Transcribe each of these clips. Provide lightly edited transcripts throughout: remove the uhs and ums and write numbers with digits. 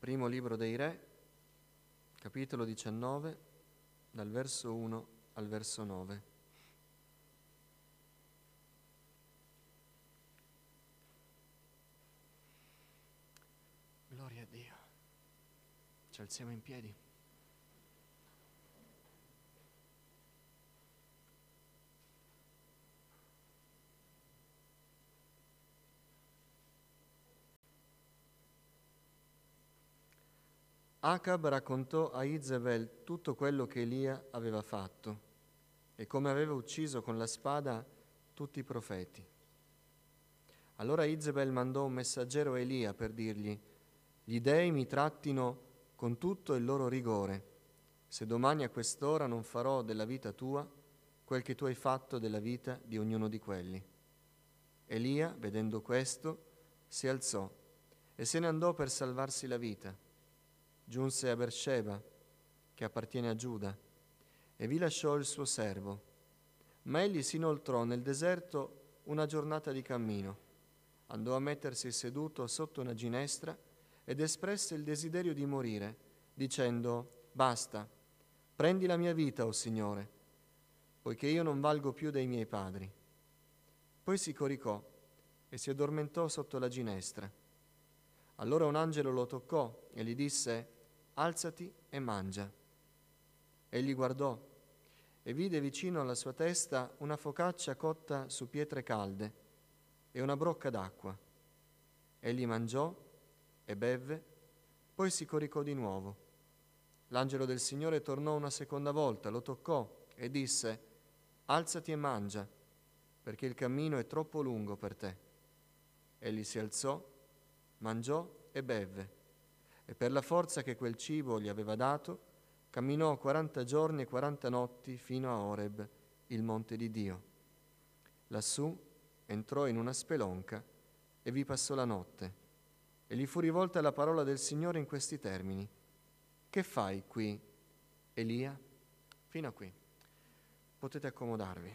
Primo libro dei Re, capitolo 19, dal verso 1 al verso 9. Gloria a Dio. Ci alziamo in piedi. Acab raccontò a Izebel tutto quello che Elia aveva fatto e come aveva ucciso con la spada tutti i profeti. Allora Izebel mandò un messaggero a Elia per dirgli: gli dei mi trattino con tutto il loro rigore, se domani a quest'ora non farò della vita tua quel che tu hai fatto della vita di ognuno di quelli. Elia, vedendo questo, si alzò e se ne andò per salvarsi la vita. Giunse a Beersheba, che appartiene a Giuda, e vi lasciò il suo servo. Ma egli si inoltrò nel deserto una giornata di cammino. Andò a mettersi seduto sotto una ginestra ed espresse il desiderio di morire, dicendo: basta, prendi la mia vita, o Signore, poiché io non valgo più dei miei padri. Poi si coricò e si addormentò sotto la ginestra. Allora un angelo lo toccò e gli disse: alzati e mangia. Egli guardò e vide vicino alla sua testa una focaccia cotta su pietre calde e una brocca d'acqua. Egli mangiò e bevve, poi si coricò di nuovo. L'angelo del Signore tornò una seconda volta, lo toccò e disse: alzati e mangia, perché il cammino è troppo lungo per te. Egli si alzò, mangiò e bevve, e per la forza che quel cibo gli aveva dato, camminò 40 giorni e 40 notti fino a Oreb, il monte di Dio. Lassù entrò in una spelonca e vi passò la notte. E gli fu rivolta la parola del Signore in questi termini: che fai qui, Elia? Fino a qui. Potete accomodarvi.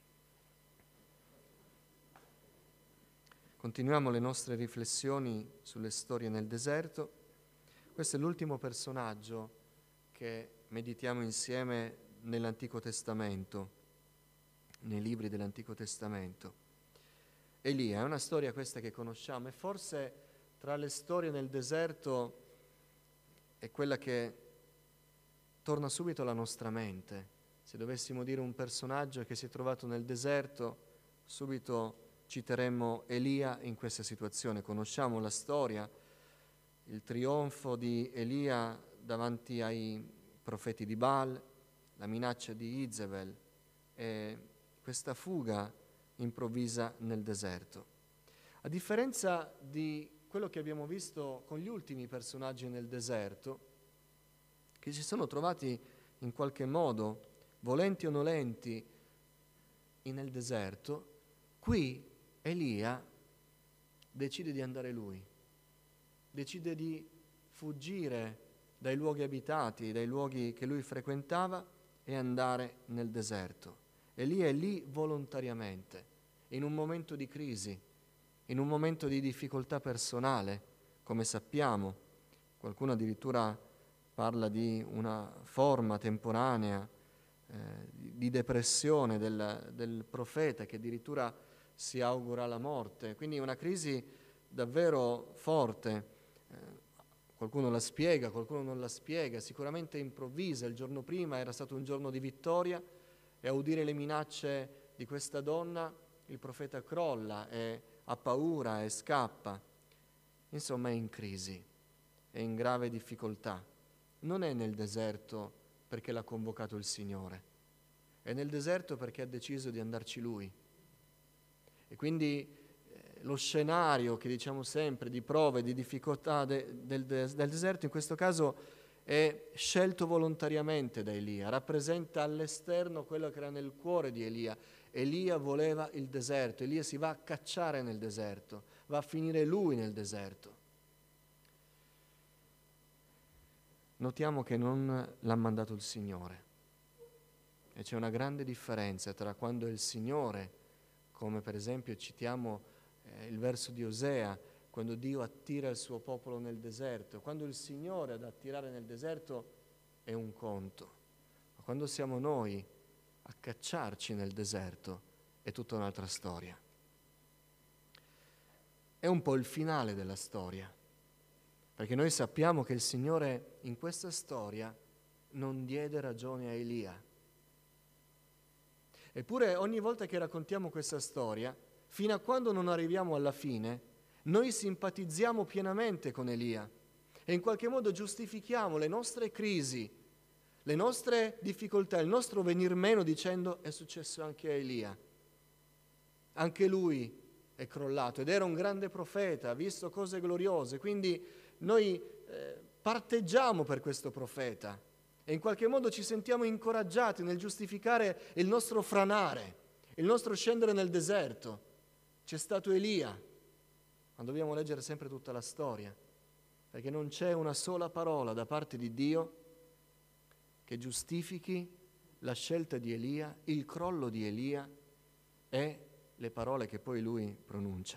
Continuiamo le nostre riflessioni sulle storie nel deserto. Questo è l'ultimo personaggio che meditiamo insieme nell'Antico Testamento, nei libri dell'Antico Testamento. Elia è una storia questa che conosciamo e forse tra le storie nel deserto è quella che torna subito alla nostra mente. Se dovessimo dire un personaggio che si è trovato nel deserto, subito citeremmo Elia in questa situazione. Conosciamo la storia, il trionfo di Elia davanti ai profeti di Baal, la minaccia di Izebel e questa fuga improvvisa nel deserto. A differenza di quello che abbiamo visto con gli ultimi personaggi nel deserto, che si sono trovati in qualche modo, volenti o nolenti, nel deserto, qui Elia decide di andare lui, decide di fuggire dai luoghi abitati, dai luoghi che lui frequentava e andare nel deserto. Elia è lì volontariamente, in un momento di crisi, in un momento di difficoltà personale, come sappiamo. Qualcuno addirittura parla di una forma temporanea di depressione del profeta che addirittura si augura la morte. Quindi una crisi davvero forte. Qualcuno la spiega, qualcuno non la spiega, sicuramente improvvisa. Il giorno prima era stato un giorno di vittoria e a udire le minacce di questa donna il profeta crolla e ha paura e scappa. Insomma è in crisi, è in grave difficoltà. Non è nel deserto perché l'ha convocato il Signore, è nel deserto perché ha deciso di andarci Lui. E quindi lo scenario che diciamo sempre di prove, di difficoltà del deserto in questo caso è scelto volontariamente da Elia, rappresenta all'esterno quello che era nel cuore di Elia. Elia voleva il deserto, Elia si va a cacciare nel deserto, va a finire lui nel deserto. Notiamo che non l'ha mandato il Signore e c'è una grande differenza tra quando è il Signore, come per esempio citiamo il verso di Osea, quando Dio attira il suo popolo nel deserto. Quando il Signore ad attirare nel deserto è un conto, ma quando siamo noi a cacciarci nel deserto è tutta un'altra storia. È un po' il finale della storia, perché noi sappiamo che il Signore in questa storia non diede ragione a Elia. Eppure ogni volta che raccontiamo questa storia, fino a quando non arriviamo alla fine, noi simpatizziamo pienamente con Elia e in qualche modo giustifichiamo le nostre crisi, le nostre difficoltà, il nostro venir meno dicendo è successo anche a Elia. Anche lui è crollato ed era un grande profeta, ha visto cose gloriose, quindi noi parteggiamo per questo profeta e in qualche modo ci sentiamo incoraggiati nel giustificare il nostro franare, il nostro scendere nel deserto. C'è stato Elia, ma dobbiamo leggere sempre tutta la storia, perché non c'è una sola parola da parte di Dio che giustifichi la scelta di Elia, il crollo di Elia e le parole che poi lui pronuncia.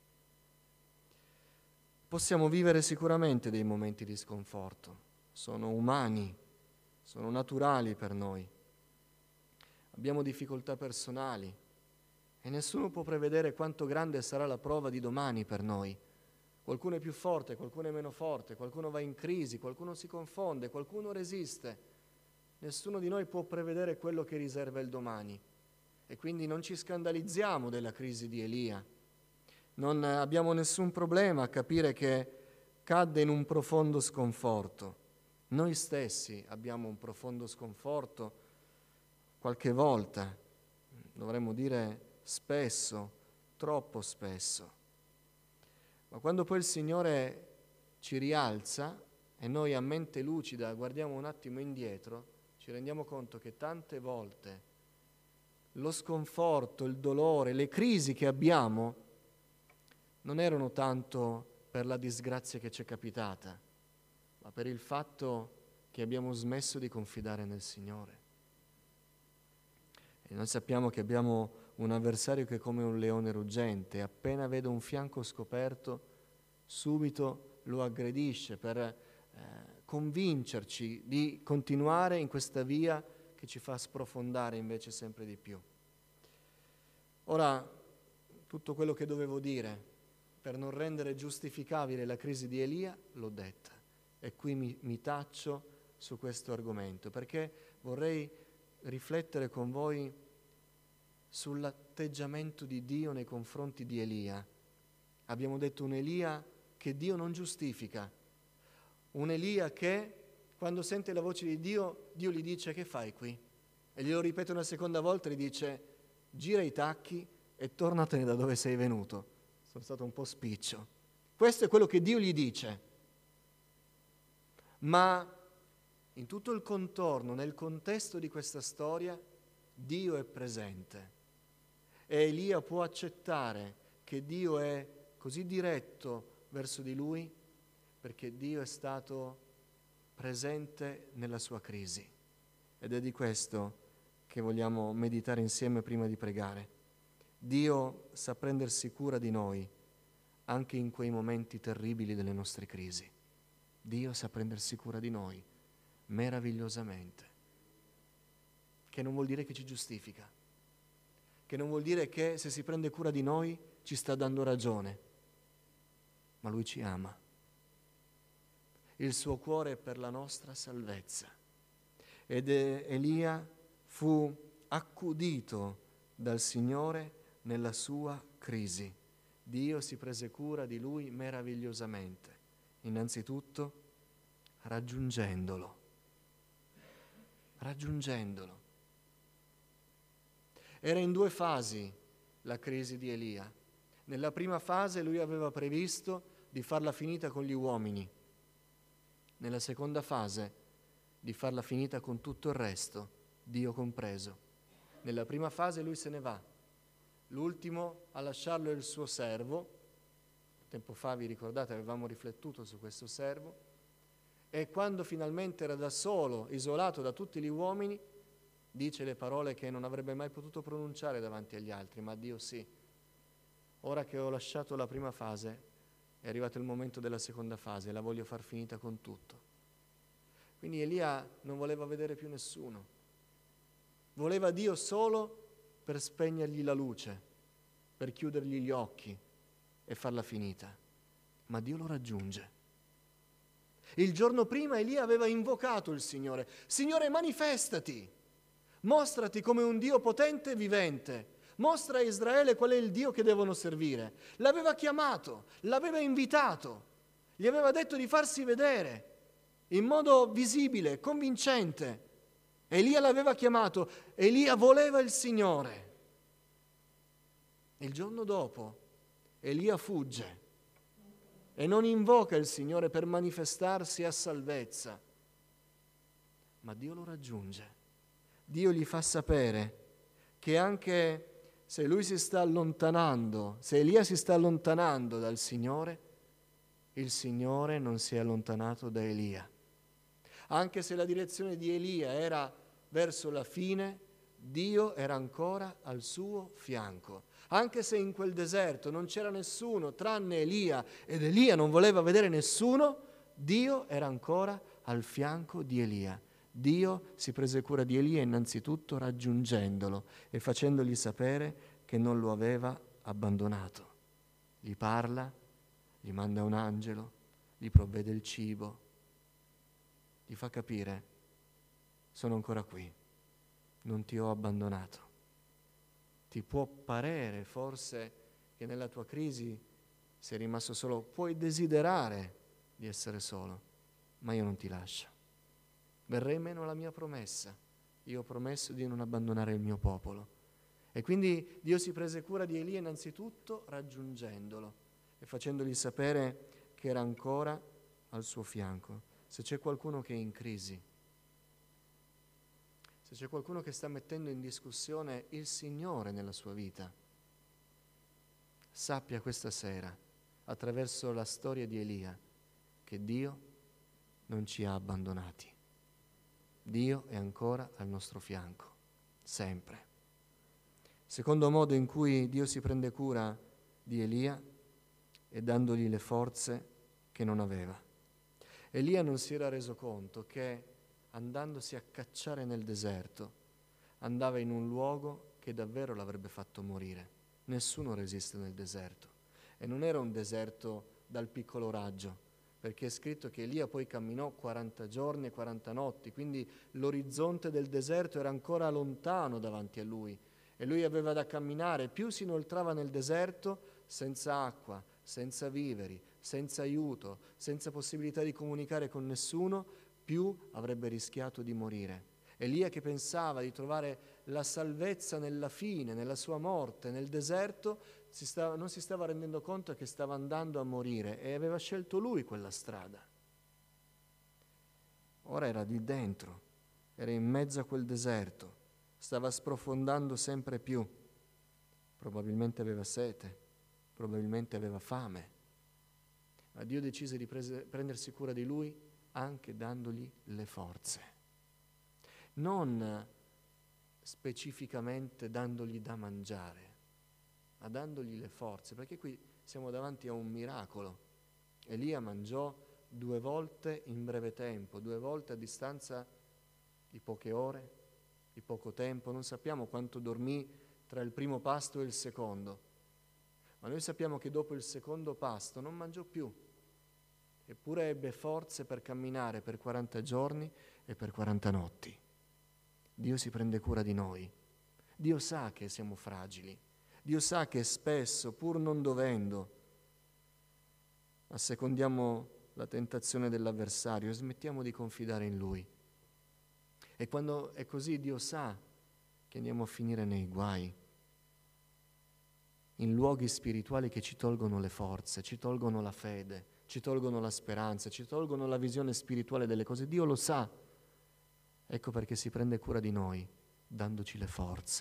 Possiamo vivere sicuramente dei momenti di sconforto, sono umani, sono naturali per noi. Abbiamo difficoltà personali e nessuno può prevedere quanto grande sarà la prova di domani per noi. Qualcuno è più forte, qualcuno è meno forte, qualcuno va in crisi, qualcuno si confonde, qualcuno resiste. Nessuno di noi può prevedere quello che riserva il domani e quindi non ci scandalizziamo della crisi di Elia. Non abbiamo nessun problema a capire che cadde in un profondo sconforto. Noi stessi abbiamo un profondo sconforto qualche volta, dovremmo dire spesso, troppo spesso. Ma quando poi il Signore ci rialza e noi a mente lucida guardiamo un attimo indietro, ci rendiamo conto che tante volte lo sconforto, il dolore, le crisi che abbiamo non erano tanto per la disgrazia che ci è capitata, ma per il fatto che abbiamo smesso di confidare nel Signore. E noi sappiamo che abbiamo un avversario che è come un leone ruggente, appena vede un fianco scoperto, subito lo aggredisce per convincerci di continuare in questa via che ci fa sprofondare invece sempre di più. Ora, tutto quello che dovevo dire per non rendere giustificabile la crisi di Elia, l'ho detta. E qui mi taccio su questo argomento, perché vorrei riflettere con voi sull'atteggiamento di Dio nei confronti di Elia. Abbiamo detto un Elia che Dio non giustifica, un Elia che quando sente la voce di Dio, Dio gli dice: che fai qui? E glielo ripete una seconda volta e gli dice: gira i tacchi e tornatene da dove sei venuto. Sono stato un po' spiccio. Questo è quello che Dio gli dice. Ma in tutto il contorno, nel contesto di questa storia, Dio è presente. E Elia può accettare che Dio è così diretto verso di lui perché Dio è stato presente nella sua crisi. Ed è di questo che vogliamo meditare insieme prima di pregare. Dio sa prendersi cura di noi anche in quei momenti terribili delle nostre crisi. Dio sa prendersi cura di noi meravigliosamente, che non vuol dire che ci giustifica, che non vuol dire che se si prende cura di noi ci sta dando ragione, ma Lui ci ama. Il suo cuore è per la nostra salvezza. Ed Elia fu accudito dal Signore nella sua crisi. Dio si prese cura di lui meravigliosamente, innanzitutto raggiungendolo. Era in due fasi la crisi di Elia. Nella prima fase lui aveva previsto di farla finita con gli uomini, nella seconda fase di farla finita con tutto il resto, Dio compreso. Nella prima fase lui se ne va, l'ultimo a lasciarlo è il suo servo. Tempo fa, vi ricordate, avevamo riflettuto su questo servo, e quando finalmente era da solo, isolato da tutti gli uomini, dice le parole che non avrebbe mai potuto pronunciare davanti agli altri, ma a Dio sì. Ora che ho lasciato la prima fase, è arrivato il momento della seconda fase, la voglio far finita con tutto. Quindi Elia non voleva vedere più nessuno, voleva Dio solo per spegnergli la luce, per chiudergli gli occhi e farla finita. Ma Dio lo raggiunge. Il giorno prima Elia aveva invocato il Signore: Signore, manifestati, mostrati come un Dio potente e vivente, mostra a Israele qual è il Dio che devono servire. L'aveva chiamato, l'aveva invitato, gli aveva detto di farsi vedere in modo visibile, convincente. Elia l'aveva chiamato, Elia voleva il Signore. Il giorno dopo Elia fugge e non invoca il Signore per manifestarsi a salvezza, ma Dio lo raggiunge. Dio gli fa sapere che anche se lui si sta allontanando, se Elia si sta allontanando dal Signore, il Signore non si è allontanato da Elia. Anche se la direzione di Elia era verso la fine, Dio era ancora al suo fianco. Anche se in quel deserto non c'era nessuno tranne Elia ed Elia non voleva vedere nessuno, Dio era ancora al fianco di Elia. Dio si prese cura di Elia innanzitutto raggiungendolo e facendogli sapere che non lo aveva abbandonato. Gli parla, gli manda un angelo, gli provvede il cibo, gli fa capire: sono ancora qui, non ti ho abbandonato. Ti può parere forse che nella tua crisi sei rimasto solo, puoi desiderare di essere solo, ma io non ti lascio. Verrei meno alla mia promessa. Io ho promesso di non abbandonare il mio popolo. E quindi Dio si prese cura di Elia innanzitutto raggiungendolo e facendogli sapere che era ancora al suo fianco. Se c'è qualcuno che è in crisi, se c'è qualcuno che sta mettendo in discussione il Signore nella sua vita, sappia questa sera, attraverso la storia di Elia, che Dio non ci ha abbandonati. Dio è ancora al nostro fianco, sempre. Secondo modo in cui Dio si prende cura di Elia è dandogli le forze che non aveva. Elia non si era reso conto che andandosi a cacciare nel deserto andava in un luogo che davvero l'avrebbe fatto morire. Nessuno resiste nel deserto. E non era un deserto dal piccolo raggio, perché è scritto che Elia poi camminò 40 giorni e 40 notti, quindi l'orizzonte del deserto era ancora lontano davanti a lui e lui aveva da camminare. Più si inoltrava nel deserto, senza acqua, senza viveri, senza aiuto, senza possibilità di comunicare con nessuno, più avrebbe rischiato di morire. Elia, che pensava di trovare la salvezza nella fine, nella sua morte, nel deserto, non si stava rendendo conto che stava andando a morire e aveva scelto lui quella strada. Ora era lì dentro, era in mezzo a quel deserto, stava sprofondando sempre più. Probabilmente aveva sete, probabilmente aveva fame, ma Dio decise di prendersi cura di lui anche dandogli le forze. Non specificamente dandogli da mangiare, ma dandogli le forze, perché qui siamo davanti a un miracolo. Elia mangiò 2 volte in breve tempo, 2 volte a distanza di poche ore, di poco tempo. Non sappiamo quanto dormì tra il primo pasto e il secondo, ma noi sappiamo che dopo il secondo pasto non mangiò più, eppure ebbe forze per camminare per 40 giorni e per 40 notti. Dio si prende cura di noi. Dio sa che siamo fragili. Dio sa che spesso, pur non dovendo, assecondiamo la tentazione dell'avversario e smettiamo di confidare in Lui. E quando è così, Dio sa che andiamo a finire nei guai, in luoghi spirituali che ci tolgono le forze, ci tolgono la fede, ci tolgono la speranza, ci tolgono la visione spirituale delle cose. Dio lo sa. Ecco perché si prende cura di noi, dandoci le forze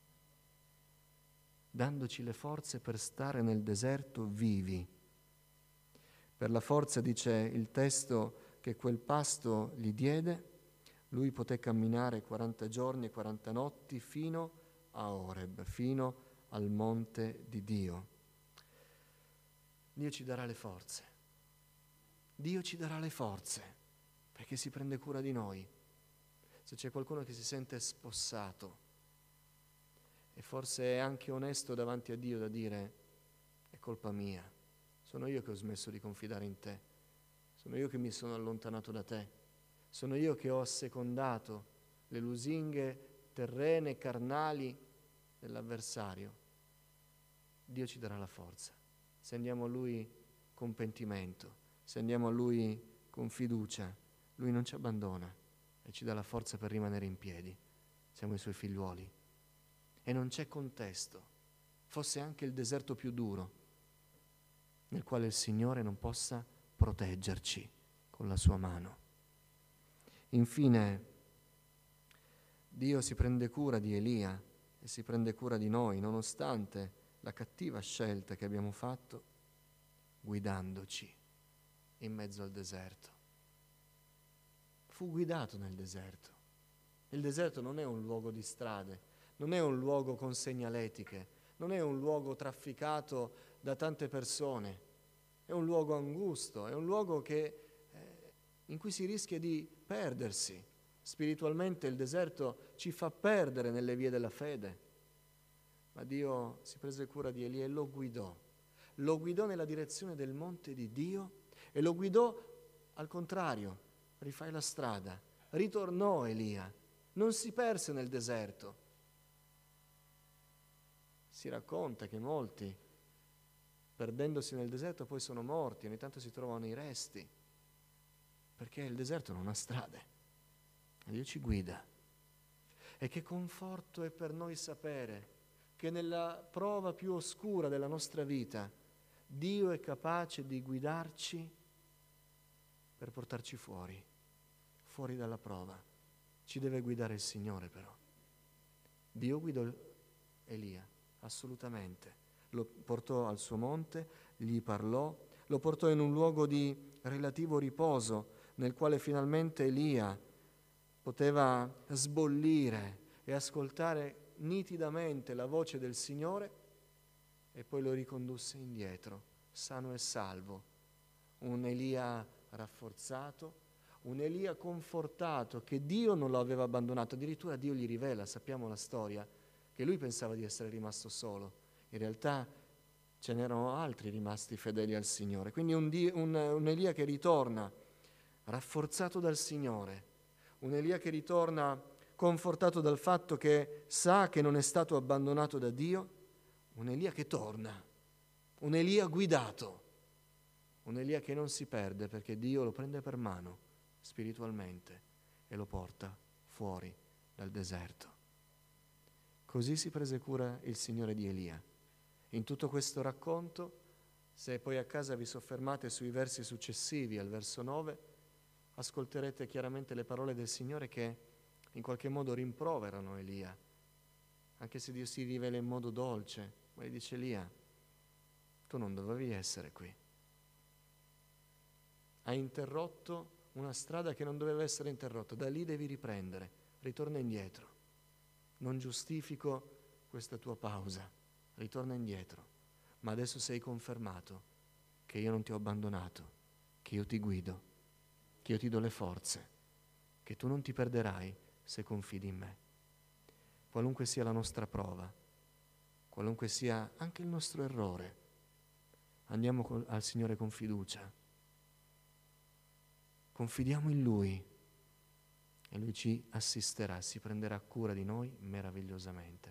per stare nel deserto vivi. Per la forza, dice il testo, che quel pasto gli diede, lui poté camminare 40 giorni e 40 notti fino a Oreb, fino al monte di Dio. Dio ci darà le forze. Dio ci darà le forze perché si prende cura di noi. Se c'è qualcuno che si sente spossato e forse è anche onesto davanti a Dio da dire: è colpa mia, sono io che ho smesso di confidare in te, sono io che mi sono allontanato da te, sono io che ho assecondato le lusinghe terrene, carnali dell'avversario. Dio ci darà la forza. Se andiamo a Lui con pentimento, se andiamo a Lui con fiducia, Lui non ci abbandona e ci dà la forza per rimanere in piedi. Siamo i Suoi figliuoli. E non c'è contesto, fosse anche il deserto più duro, nel quale il Signore non possa proteggerci con la sua mano. Infine, Dio si prende cura di Elia e si prende cura di noi, nonostante la cattiva scelta che abbiamo fatto, guidandoci in mezzo al deserto. Fu guidato nel deserto. Il deserto non è un luogo di strade, non è un luogo con segnaletiche, non è un luogo trafficato da tante persone, è un luogo angusto, è un luogo in cui si rischia di perdersi. Spiritualmente il deserto ci fa perdere nelle vie della fede. Ma Dio si prese cura di Elia e lo guidò nella direzione del monte di Dio e lo guidò al contrario: rifai la strada. Ritornò Elia, non si perse nel deserto. Si racconta che molti, perdendosi nel deserto, poi sono morti, ogni tanto si trovano i resti, perché il deserto non ha strade. Dio ci guida. E che conforto è per noi sapere che nella prova più oscura della nostra vita Dio è capace di guidarci per portarci fuori dalla prova. Ci deve guidare il Signore però. Dio guidò Elia, assolutamente. Lo portò al suo monte, gli parlò, lo portò in un luogo di relativo riposo nel quale finalmente Elia poteva sbollire e ascoltare nitidamente la voce del Signore, e poi lo ricondusse indietro, sano e salvo. Un Elia rafforzato, un Elia confortato, che Dio non lo aveva abbandonato. Addirittura Dio gli rivela, sappiamo la storia, che lui pensava di essere rimasto solo. In realtà ce n'erano altri rimasti fedeli al Signore. Quindi un Elia che ritorna rafforzato dal Signore, un Elia che ritorna confortato dal fatto che sa che non è stato abbandonato da Dio, un Elia che torna, un Elia guidato, un Elia che non si perde perché Dio lo prende per mano spiritualmente e lo porta fuori dal deserto. Così si prese cura il Signore di Elia. In tutto questo racconto, se poi a casa vi soffermate sui versi successivi al verso 9, ascolterete chiaramente le parole del Signore che in qualche modo rimproverano Elia, anche se Dio si rivela in modo dolce, ma gli dice: Elia, tu non dovevi essere qui. Hai interrotto una strada che non doveva essere interrotta, da lì devi riprendere, ritorna indietro. Non giustifico questa tua pausa, ritorna indietro, ma adesso sei confermato che io non ti ho abbandonato, che io ti guido, che io ti do le forze, che tu non ti perderai se confidi in me. Qualunque sia la nostra prova, qualunque sia anche il nostro errore, andiamo al Signore con fiducia. Confidiamo in Lui e Lui ci assisterà, si prenderà cura di noi meravigliosamente.